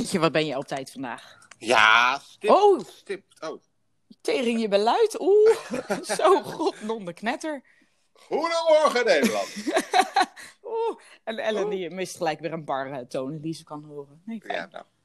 Jeetje, wat ben je op tijd vandaag? Ja, stipt. Oh. Tegen je beluid. Oeh, zo godnonde knetter. Goedemorgen Nederland. Oeh, en Ellen die mist gelijk weer een paar tonen die ze kan horen. Nee, fijn. Ja, nou.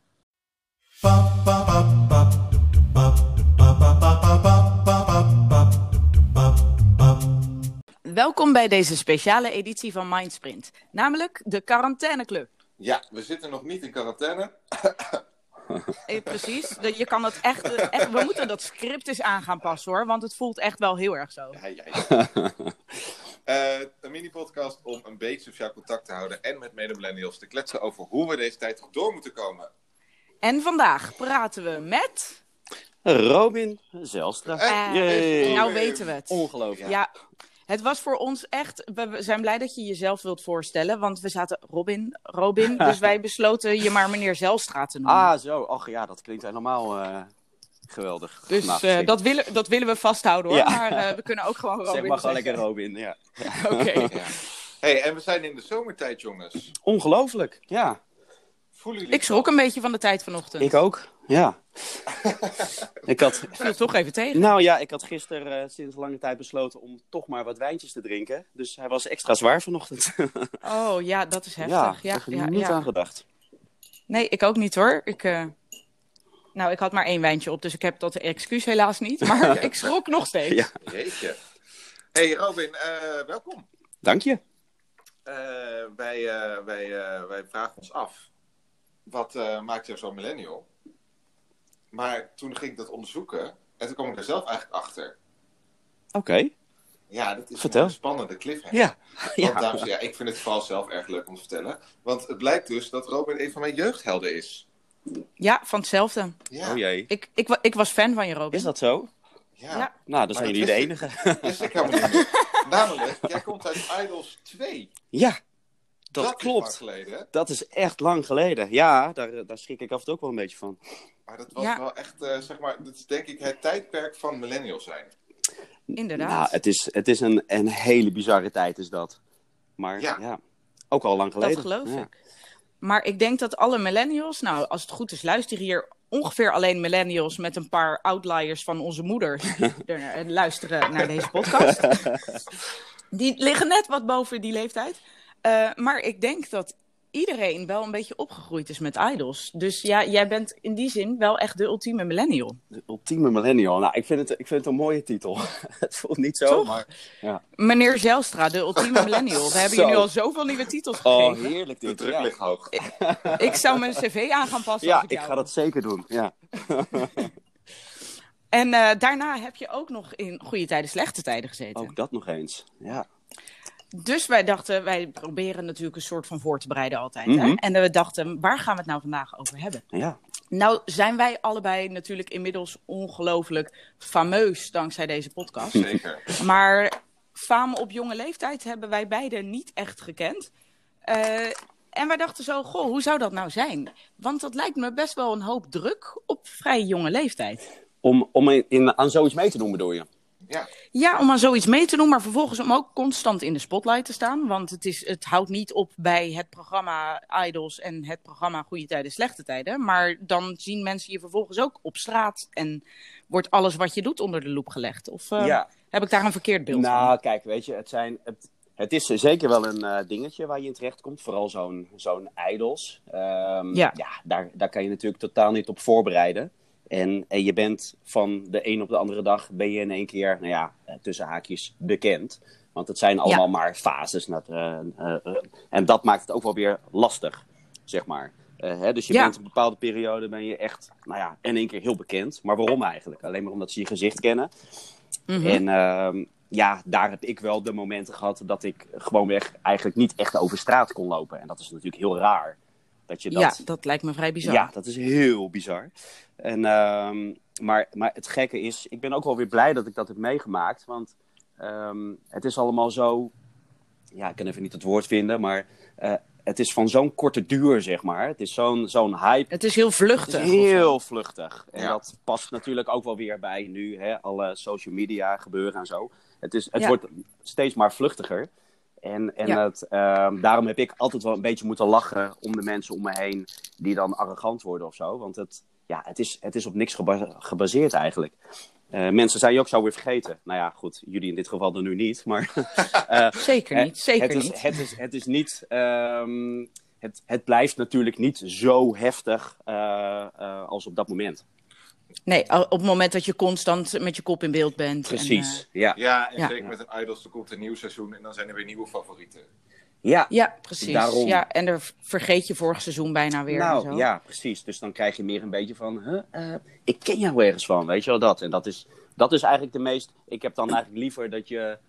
Welkom bij deze speciale editie van Mindsprint, namelijk de quarantaineclub. Ja, we zitten nog niet in quarantaine. Precies, je kan het echt, we moeten dat script eens aan gaan passen hoor, want het voelt echt wel heel erg zo. Ja. Een mini-podcast om een beetje sociaal contact te houden en met mede-millennials te kletsen over hoe we deze tijd door moeten komen. En vandaag praten we met... Robin Zijlstra. Nou weten we het. Ongelooflijk. Ja, het was voor ons echt... We zijn blij dat je jezelf wilt voorstellen, want we zaten Robin, dus wij besloten je maar meneer Zijlstra te noemen. Ah, zo. Och ja, dat klinkt helemaal geweldig. Dus nou, dat willen we vasthouden hoor, ja. Maar we kunnen ook gewoon Robin zeg maar gewoon zeggen. lekker Robin, ja. Oké. Ja. Hey, en we zijn in de zomertijd, jongens. Ongelooflijk, ja. Voelen jullie Ik schrok een beetje van de tijd vanochtend. Ik ook, ja. Ik viel toch even tegen. Nou ja, ik had gisteren sinds lange tijd besloten om toch maar wat wijntjes te drinken. Dus hij was extra zwaar vanochtend. Oh ja, dat is heftig. Ja, ik heb er niet aan gedacht. Nee, ik ook niet hoor. Ik had maar 1 wijntje op, dus ik heb dat excuus helaas niet. Maar ik schrok nog steeds. Ja. Jeetje. Hey Robin, welkom. Dank je. Wij vragen ons af, wat maakt jou zo'n millennial? Maar toen ging ik dat onderzoeken en toen kwam ik er zelf eigenlijk achter. Oké. Ja, dat is Vertel. een spannende cliffhanger. Ja. Want dames en heren, ik vind het vooral zelf erg leuk om te vertellen. Want het blijkt dus dat Robin een van mijn jeugdhelden is. Ja, van hetzelfde. Ja. Oh jee. Ik was fan van je, Robin. Is dat zo? Ja. Nou, dan zijn jullie de enige. Wist ik helemaal niet meer. Namelijk, jij komt uit Idols 2. Ja, dat Is klopt. lang geleden, hè? Dat is echt lang geleden. Ja, daar schrik ik af en toe ook wel een beetje van. Maar dat was wel echt, dat is denk ik het tijdperk van millennial zijn. Inderdaad. Nou, het is een hele bizarre tijd is dat. Maar ja, ook al lang geleden. Dat geloof ik. Maar ik denk dat alle millennials, nou als het goed is luisteren hier ongeveer alleen millennials met een paar outliers van onze moeders luisteren naar deze podcast. Die liggen net wat boven die leeftijd. Maar ik denk dat iedereen wel een beetje opgegroeid is met idols. Dus ja, jij bent in die zin wel echt de ultieme millennial. De ultieme millennial. Nou, ik vind het een mooie titel. Het voelt niet zo, toch? Maar ja. Meneer Zijlstra, de ultieme millennial. We hebben je nu al zoveel nieuwe titels Oh, gegeven. heerlijk De dit. druk Ja. ligt hoog. Ik zou mijn cv aan gaan passen. Ja, als ik ik jou ga dat zeker doen. Ja. En daarna heb je ook nog in goede tijden, slechte tijden gezeten. Ook dat nog eens. Ja. Dus wij dachten, wij proberen natuurlijk een soort van voor te bereiden altijd. Hè? Mhm. En we dachten, waar gaan we het nou vandaag over hebben? Ja. Nou zijn wij allebei natuurlijk inmiddels ongelooflijk fameus dankzij deze podcast. Zeker. Maar fame op jonge leeftijd hebben wij beiden niet echt gekend. En wij dachten zo, goh, hoe zou dat nou zijn? Want dat lijkt me best wel een hoop druk op vrij jonge leeftijd. Om aan zoiets mee te doen, bedoel je? Ja. Ja, om aan zoiets mee te doen, maar vervolgens om ook constant in de spotlight te staan. Want het houdt niet op bij het programma Idols en het programma Goede Tijden, Slechte Tijden. Maar dan zien mensen je vervolgens ook op straat en wordt alles wat je doet onder de loep gelegd. Of heb ik daar een verkeerd beeld van? Nou, kijk, weet je, het is zeker wel een dingetje waar je in terecht komt. Vooral zo'n Idols. Daar kan je natuurlijk totaal niet op voorbereiden. En je bent van de een op de andere dag ben je in één keer, tussen haakjes, bekend. Want het zijn allemaal maar fases. En dat maakt het ook wel weer lastig, zeg maar. Dus je bent een bepaalde periode ben je echt, in één keer heel bekend. Maar waarom eigenlijk? Alleen maar omdat ze je gezicht kennen. Mm-hmm. En daar heb ik wel de momenten gehad dat ik gewoonweg eigenlijk niet echt over straat kon lopen. En dat is natuurlijk heel raar. Dat lijkt me vrij bizar. Ja, dat is heel bizar. En, maar het gekke is, ik ben ook wel weer blij dat ik dat heb meegemaakt. Want het is allemaal zo, ik kan even niet het woord vinden, maar het is van zo'n korte duur, zeg maar. Het is zo'n hype. Het is heel vluchtig. Het is heel vluchtig. En dat past natuurlijk ook wel weer bij nu, alle social media gebeuren en zo. Het wordt steeds maar vluchtiger. En daarom heb ik altijd wel een beetje moeten lachen om de mensen om me heen die dan arrogant worden of zo. Want het is op niks gebaseerd eigenlijk. Mensen zijn je ook zo weer vergeten. Nou ja, goed, jullie in dit geval dan nu niet. Maar, zeker niet. Het is niet... Het blijft natuurlijk niet zo heftig als op dat moment. Nee, op het moment dat je constant met je kop in beeld bent. Precies, Ja, en zeker met een Idols, er komt een nieuw seizoen en dan zijn er weer nieuwe favorieten. Ja, precies. Daarom... Ja, en dan vergeet je vorig seizoen bijna weer. Nou, en zo. Ja, precies. Dus dan krijg je meer een beetje van, ik ken jou ergens van, weet je wel dat. En dat is eigenlijk de meest... Ik heb dan eigenlijk liever dat je...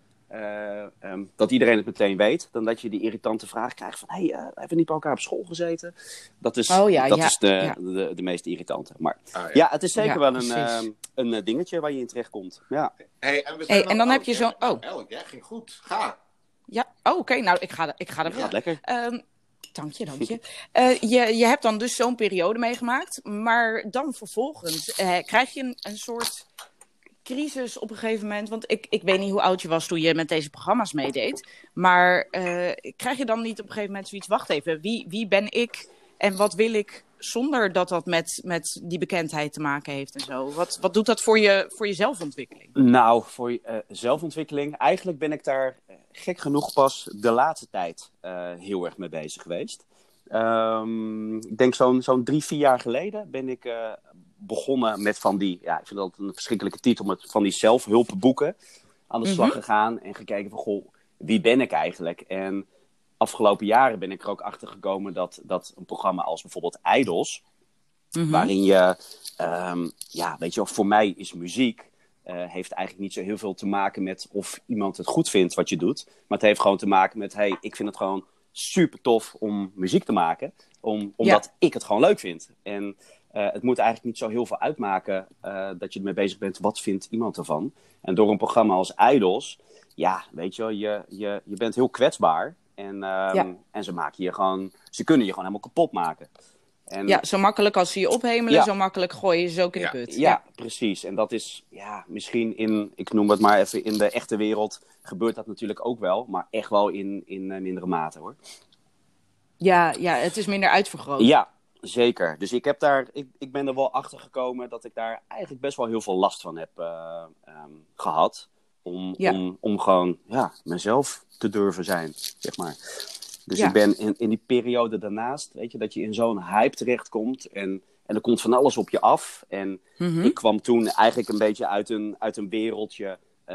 dat iedereen het meteen weet, dan dat je die irritante vraag krijgt van, hebben we niet bij elkaar op school gezeten? Dat is de meest irritante. Maar het is zeker wel een dingetje waar je in terecht komt. Ja. En dan heb je zo'n... Elk, jij ging goed. Ga. Ja, oké. Nou, ik ga er Gaat lekker. Dank je. Je hebt dan dus zo'n periode meegemaakt, maar dan vervolgens krijg je een soort... crisis op een gegeven moment, want ik weet niet hoe oud je was toen je met deze programma's meedeed, maar krijg je dan niet op een gegeven moment zoiets, wacht even, wie ben ik en wat wil ik zonder dat met die bekendheid te maken heeft en zo? Wat doet dat voor je zelfontwikkeling? Nou, voor je zelfontwikkeling, eigenlijk ben ik daar gek genoeg pas de laatste tijd heel erg mee bezig geweest. Ik denk zo'n 3-4 jaar geleden ben ik begonnen met van die, ik vind dat een verschrikkelijke titel, met van die zelfhulpboeken aan de slag gegaan en gekeken van, goh, wie ben ik eigenlijk? En afgelopen jaren ben ik er ook achter gekomen dat een programma als bijvoorbeeld Idols, waarin je, weet je wel, voor mij is muziek, heeft eigenlijk niet zo heel veel te maken met of iemand het goed vindt wat je doet, maar het heeft gewoon te maken met, ik vind het gewoon super tof om muziek te maken, omdat ik het gewoon leuk vind. En het moet eigenlijk niet zo heel veel uitmaken dat je ermee bezig bent, wat vindt iemand ervan? En door een programma als Idols, weet je wel, je bent heel kwetsbaar. En ze kunnen je gewoon helemaal kapot maken. En, zo makkelijk als ze je ophemelen, zo makkelijk gooien je ze ook in de put. Ja, precies. En dat is, misschien ik noem het maar even, in de echte wereld gebeurt dat natuurlijk ook wel, maar echt wel in mindere mate, hoor. Ja, het is minder uitvergroot. Ja, zeker. Dus ik ben er wel achter gekomen dat ik daar eigenlijk best wel heel veel last van heb gehad. Om gewoon mezelf te durven zijn, zeg maar. Dus ik ben in die periode daarnaast, weet je, dat je in zo'n hype terechtkomt en er komt van alles op je af. En ik kwam toen eigenlijk een beetje uit een wereldje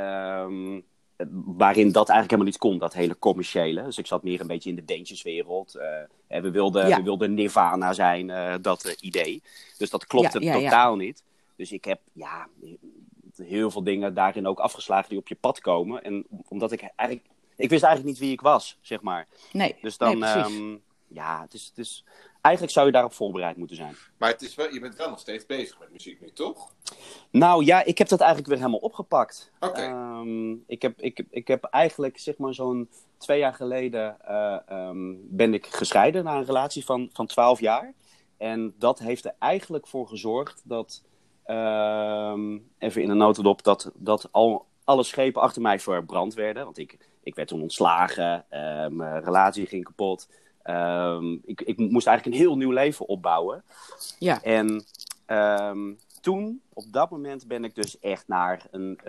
waarin dat eigenlijk helemaal niet kon, dat hele commerciële. Dus ik zat meer een beetje in de bandjeswereld. We wilden Nirvana zijn, dat idee. Dus dat klopte totaal niet. Dus ik heb heel veel dingen daarin ook afgeslagen die op je pad komen. En omdat ik wist eigenlijk niet wie ik was, zeg maar. Nee, dus dan, het is eigenlijk zou je daarop voorbereid moeten zijn. Maar het is wel, je bent wel nog steeds bezig met muziek nu, toch? Nou ja, ik heb dat eigenlijk weer helemaal opgepakt. Oké. Ik heb eigenlijk, zeg maar, zo'n 2 jaar geleden ben ik gescheiden na een relatie van 12 jaar. En dat heeft er eigenlijk voor gezorgd dat, even in een notendop, dat alle schepen achter mij verbrand werden. Want ik werd toen ontslagen, mijn relatie ging kapot. Ik moest eigenlijk een heel nieuw leven opbouwen. Ja. En toen, op dat moment, ben ik dus echt naar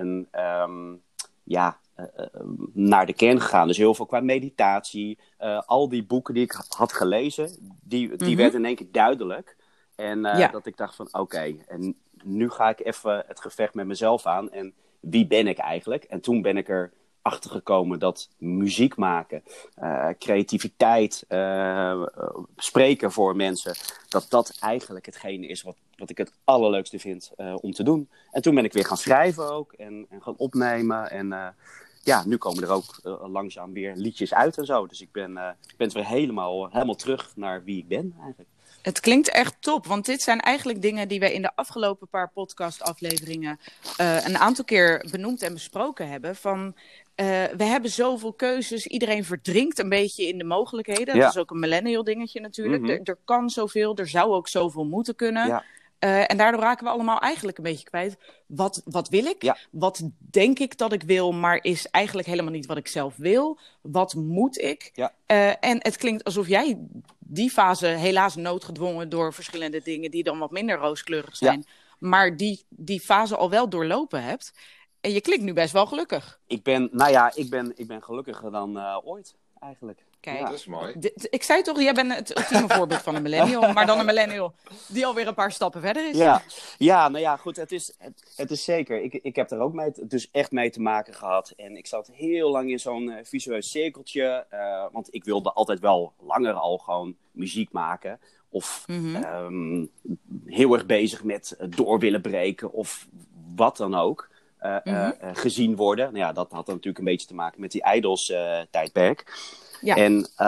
naar de kern gegaan. Dus heel veel qua meditatie. Al die boeken die ik had gelezen, die werden in één keer duidelijk. En dat ik dacht van, oké, en nu ga ik even het gevecht met mezelf aan. En wie ben ik eigenlijk? En toen ben ik er achter gekomen dat muziek maken, creativiteit, spreken voor mensen, dat eigenlijk hetgene is wat ik het allerleukste vind om te doen. En toen ben ik weer gaan schrijven ook en gaan opnemen. En nu komen er ook langzaam weer liedjes uit en zo. Dus ik ben weer helemaal terug naar wie ik ben eigenlijk. Het klinkt echt top, want dit zijn eigenlijk dingen die we in de afgelopen paar podcastafleveringen een aantal keer benoemd en besproken hebben. Van, we hebben zoveel keuzes, iedereen verdrinkt een beetje in de mogelijkheden. Dat is ook een millennial dingetje natuurlijk. Er kan zoveel, er zou ook zoveel moeten kunnen. Ja. En daardoor raken we allemaal eigenlijk een beetje kwijt. Wat wil ik? Ja. Wat denk ik dat ik wil, maar is eigenlijk helemaal niet wat ik zelf wil? Wat moet ik? Ja. En het klinkt alsof jij die fase, helaas noodgedwongen door verschillende dingen die dan wat minder rooskleurig zijn, maar die fase al wel doorlopen hebt. En je klinkt nu best wel gelukkig. Ik ben gelukkiger dan ooit, eigenlijk. Kijk, dat is mooi. Ik zei toch, jij bent het ultieme voorbeeld van een millennial. Maar dan een millennial die alweer een paar stappen verder is. Nou ja, goed. Het is zeker. Ik heb er ook echt mee te maken gehad. En ik zat heel lang in zo'n visueus cirkeltje. Want ik wilde altijd wel langer al gewoon muziek maken. Of heel erg bezig met door willen breken. Of wat dan ook. Gezien worden. Nou ja, dat had natuurlijk een beetje te maken met die Idols tijdperk. Ja.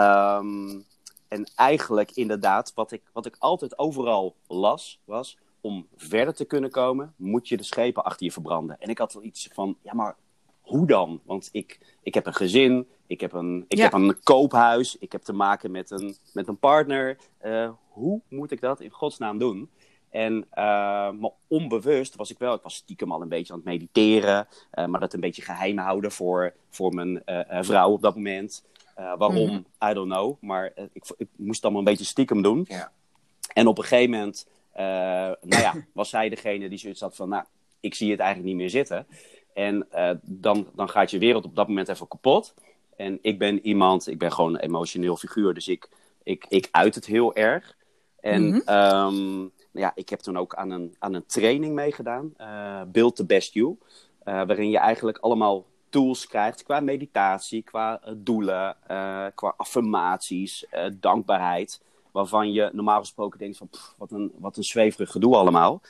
En eigenlijk inderdaad, wat ik altijd overal las, was om verder te kunnen komen, moet je de schepen achter je verbranden. En ik had wel iets van, ja, maar hoe dan? Want ik heb een gezin, ik heb een koophuis, ik heb te maken met een partner. Hoe moet ik dat in godsnaam doen? En maar onbewust was ik stiekem al een beetje aan het mediteren, maar dat een beetje geheim houden voor mijn vrouw op dat moment. Waarom? I don't know. Maar ik moest het allemaal een beetje stiekem doen. Ja. En op een gegeven moment was zij degene die zoiets had van, ik zie het eigenlijk niet meer zitten. En dan gaat je wereld op dat moment even kapot. En ik ben gewoon een emotioneel figuur. Dus ik uit het heel erg. En ik heb toen ook aan een training meegedaan. Build the Best You. Waarin je eigenlijk allemaal tools krijgt qua meditatie, qua doelen, qua affirmaties, dankbaarheid. Waarvan je normaal gesproken denkt van, wat een zweverig gedoe allemaal.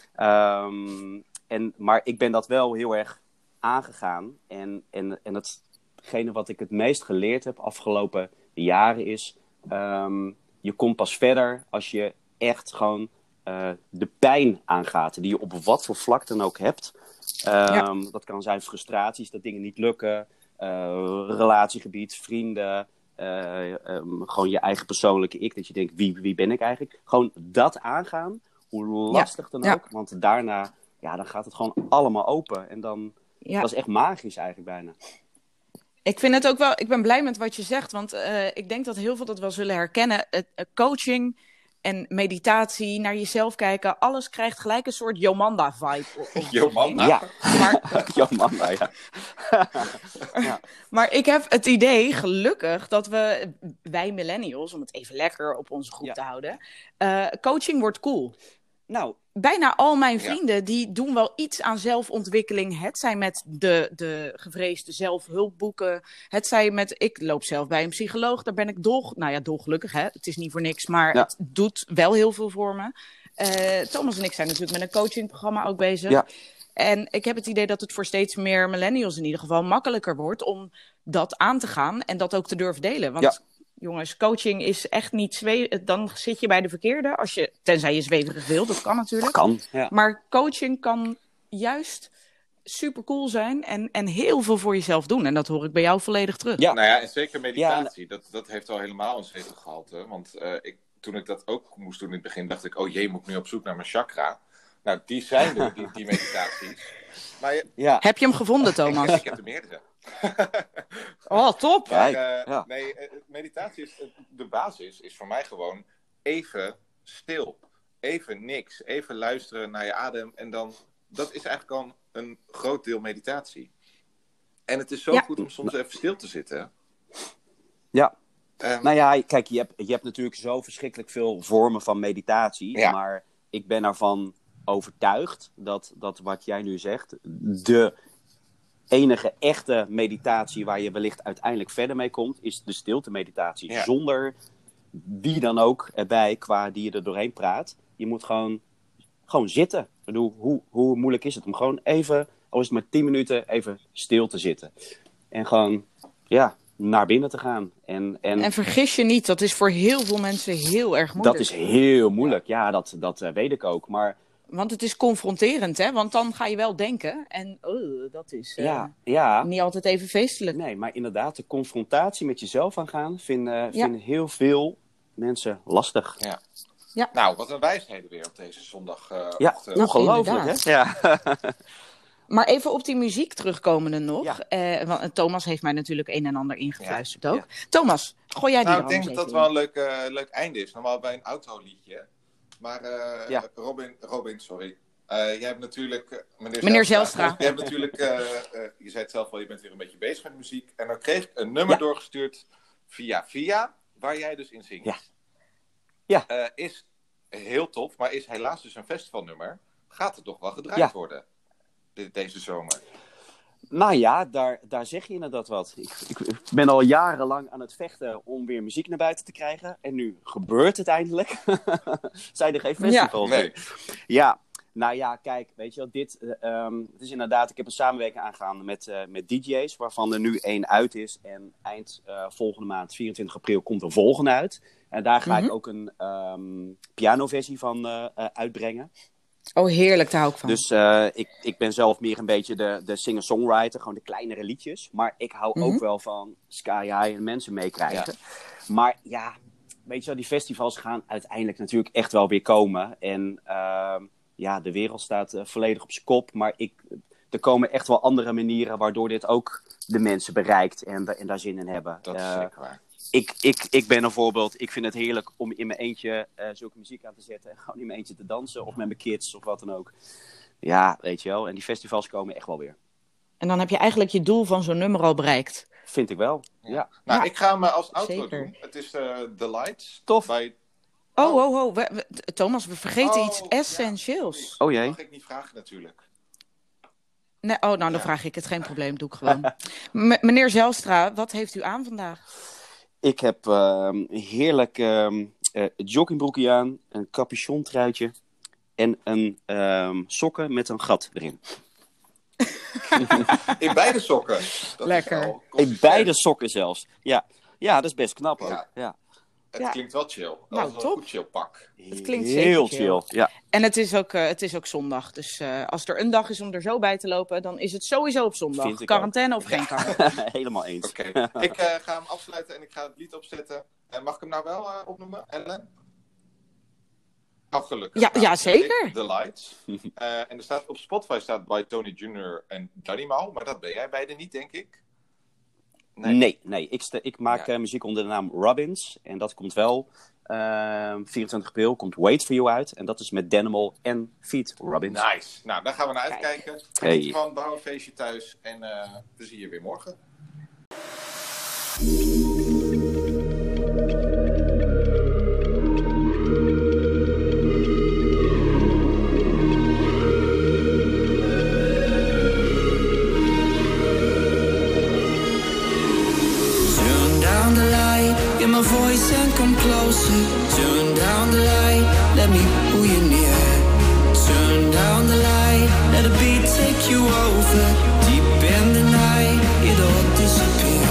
Maar ik ben dat wel heel erg aangegaan. En hetgene wat ik het meest geleerd heb afgelopen jaren is, je komt pas verder als je echt gewoon de pijn aangaat. Die je op wat voor vlak dan ook hebt. Dat kan zijn frustraties, dat dingen niet lukken. Relatiegebied, vrienden. Gewoon je eigen persoonlijke ik. Dat je denkt, wie ben ik eigenlijk? Gewoon dat aangaan. Hoe lastig dan ook. Want daarna, dan gaat het gewoon allemaal open. En dan, dat is echt magisch eigenlijk bijna. Ik vind het ook wel, ik ben blij met wat je zegt. Want ik denk dat heel veel dat wel zullen herkennen. Coaching en meditatie, naar jezelf kijken. Alles krijgt gelijk een soort Jomanda-vibe. Jomanda? Ja. Jomanda, ja. Maar ik heb het idee, gelukkig, dat wij millennials, om het even lekker op onze groep te houden, coaching wordt cool. Nou, bijna al mijn vrienden die doen wel iets aan zelfontwikkeling. Het zij met de gevreesde zelfhulpboeken. Het zij met, ik loop zelf bij een psycholoog. Daar ben ik dolgelukkig. Hè? Het is niet voor niks, maar het doet wel heel veel voor me. Thomas en ik zijn natuurlijk met een coachingprogramma ook bezig. Ja. En ik heb het idee dat het voor steeds meer millennials in ieder geval makkelijker wordt om dat aan te gaan en dat ook te durven delen. Want jongens, coaching is echt niet dan zit je bij de verkeerde, tenzij je zweverig wil, dat kan natuurlijk. Dat kan, ja. Maar coaching kan juist super cool zijn en heel veel voor jezelf doen. En dat hoor ik bij jou volledig terug. Ja, nou ja, en zeker meditatie. Dat heeft al helemaal een zeker gehalte. Want toen ik dat ook moest doen in het begin, dacht ik, oh jee, moet ik nu op zoek naar mijn chakra? Nou, die zijn er, die meditaties. Maar heb je hem gevonden, Thomas? Ik heb er meerdere. Oh, top! Maar, meditatie de basis is voor mij gewoon even stil. Even niks. Even luisteren naar je adem. En dan, dat is eigenlijk al een groot deel meditatie. En het is zo goed om soms even stil te zitten. Ja. Kijk, je hebt natuurlijk zo verschrikkelijk veel vormen van meditatie. Ja. Maar ik ben ervan overtuigd dat wat jij nu zegt, de enige echte meditatie waar je wellicht uiteindelijk verder mee komt, is de stilte-meditatie. Ja. Zonder wie dan ook erbij, qua die je er doorheen praat. Je moet gewoon zitten. Ik bedoel, hoe moeilijk is het om gewoon even, al is het maar 10 minuten, even stil te zitten. En gewoon, naar binnen te gaan. En vergis je niet, dat is voor heel veel mensen heel erg moeilijk. Dat is heel moeilijk, dat weet ik ook. Maar want het is confronterend, hè? Want dan ga je wel denken. En dat is niet altijd even feestelijk. Nee, maar inderdaad, de confrontatie met jezelf aangaan vinden heel veel mensen lastig. Ja. Ja. Nou, wat een wijsheden weer op deze zondag. Ongelooflijk, hè? Ja. Maar even op die muziek terugkomende nog. Ja. Want Thomas heeft mij natuurlijk een en ander ingefluisterd ook. Ja. Thomas, gooi jij die ik denk dat dat wel een leuk einde is. Normaal bij een autoliedje. Maar Robin, sorry. Jij hebt natuurlijk... Meneer Zijlstra. Jij hebt natuurlijk... je zei het zelf al, je bent weer een beetje bezig met muziek. En dan kreeg ik een nummer doorgestuurd via, waar jij dus in zingt. Ja. Is heel tof, maar is helaas dus een festivalnummer. Gaat het toch wel gedraaid worden? Deze zomer. Nou ja, daar zeg je inderdaad wat. Ik ben al jarenlang aan het vechten om weer muziek naar buiten te krijgen. En nu gebeurt het eindelijk. Zijn er geen festivals? Ja. Nee. Ja, nou ja, kijk, weet je wel, het is inderdaad, ik heb een samenwerking aangegaan met DJ's, waarvan er nu 1 uit is. En eind volgende maand, 24 april, komt er volgende uit. En daar ga ik ook een pianoversie van uitbrengen. Oh, heerlijk, daar hou ik van. Dus ik ben zelf meer een beetje de singer-songwriter, gewoon de kleinere liedjes. Maar ik hou ook wel van sky high en mensen meekrijgen. Ja. Maar ja, weet je wel, die festivals gaan uiteindelijk natuurlijk echt wel weer komen. En de wereld staat volledig op zijn kop. Maar er komen echt wel andere manieren waardoor dit ook de mensen bereikt en daar zin in hebben. Dat is zeker waar. Ik ben een voorbeeld. Ik vind het heerlijk om in mijn eentje zulke muziek aan te zetten. En gewoon in mijn eentje te dansen. Of met mijn kids of wat dan ook. Ja, weet je wel. En die festivals komen echt wel weer. En dan heb je eigenlijk je doel van zo'n nummer al bereikt. Vind ik wel, ja. Nou, ik ga hem als outro doen. Het is The Lights. Tof. Thomas, we vergeten iets essentieels. Oh jee. Dat mag ik niet vragen natuurlijk. Nee, dan vraag ik het. Geen probleem, doe ik gewoon. Meneer Zijlstra, wat heeft u aan vandaag? Ik heb heerlijk joggingbroekje aan, een capuchontruitje en een sokken met een gat erin. In beide sokken? Dat lekker. In beide sokken zelfs. Ja, dat is best knap ook. Ja. Het klinkt wel chill. Dat is een goed chill pak. Het klinkt heel zeker chill. Ja. En het is ook zondag. Dus als er een dag is om er zo bij te lopen, dan is het sowieso op zondag. Quarantaine of geen quarantaine. Helemaal eens. Oké. Ik ga hem afsluiten en ik ga het lied opzetten. Mag ik hem nou wel opnoemen, Ellen? Gelukkig. Ja, zeker. The Lights. En er staat op Spotify staat bij Tony Jr. en Danny Mau. Maar dat ben jij beide niet, denk ik. Nee. Ik maak muziek onder de naam Robbins. En dat komt wel 24 april. Komt Wait For You uit. En dat is met Danimal en Feet Robbins. Nice. Nou, daar gaan we naar uitkijken. Geniet van, bouw een feestje thuis. En we zien je weer morgen. My voice and come closer. Turn down the light, let me pull you near. Turn down the light, let the beat take you over. Deep in the night, it all disappears.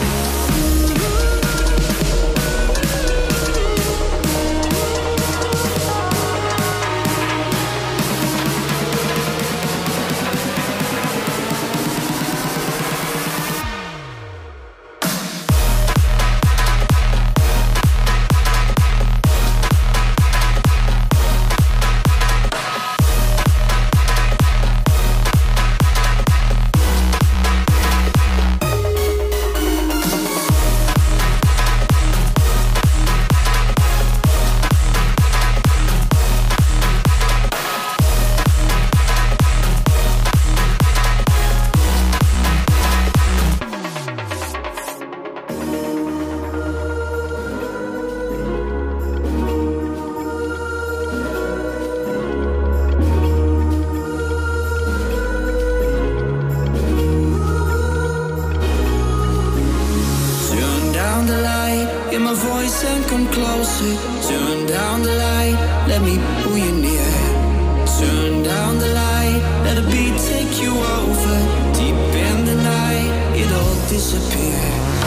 Turn down the light, let me pull you near. Turn down the light, let the beat take you over. Deep in the night, it all disappears.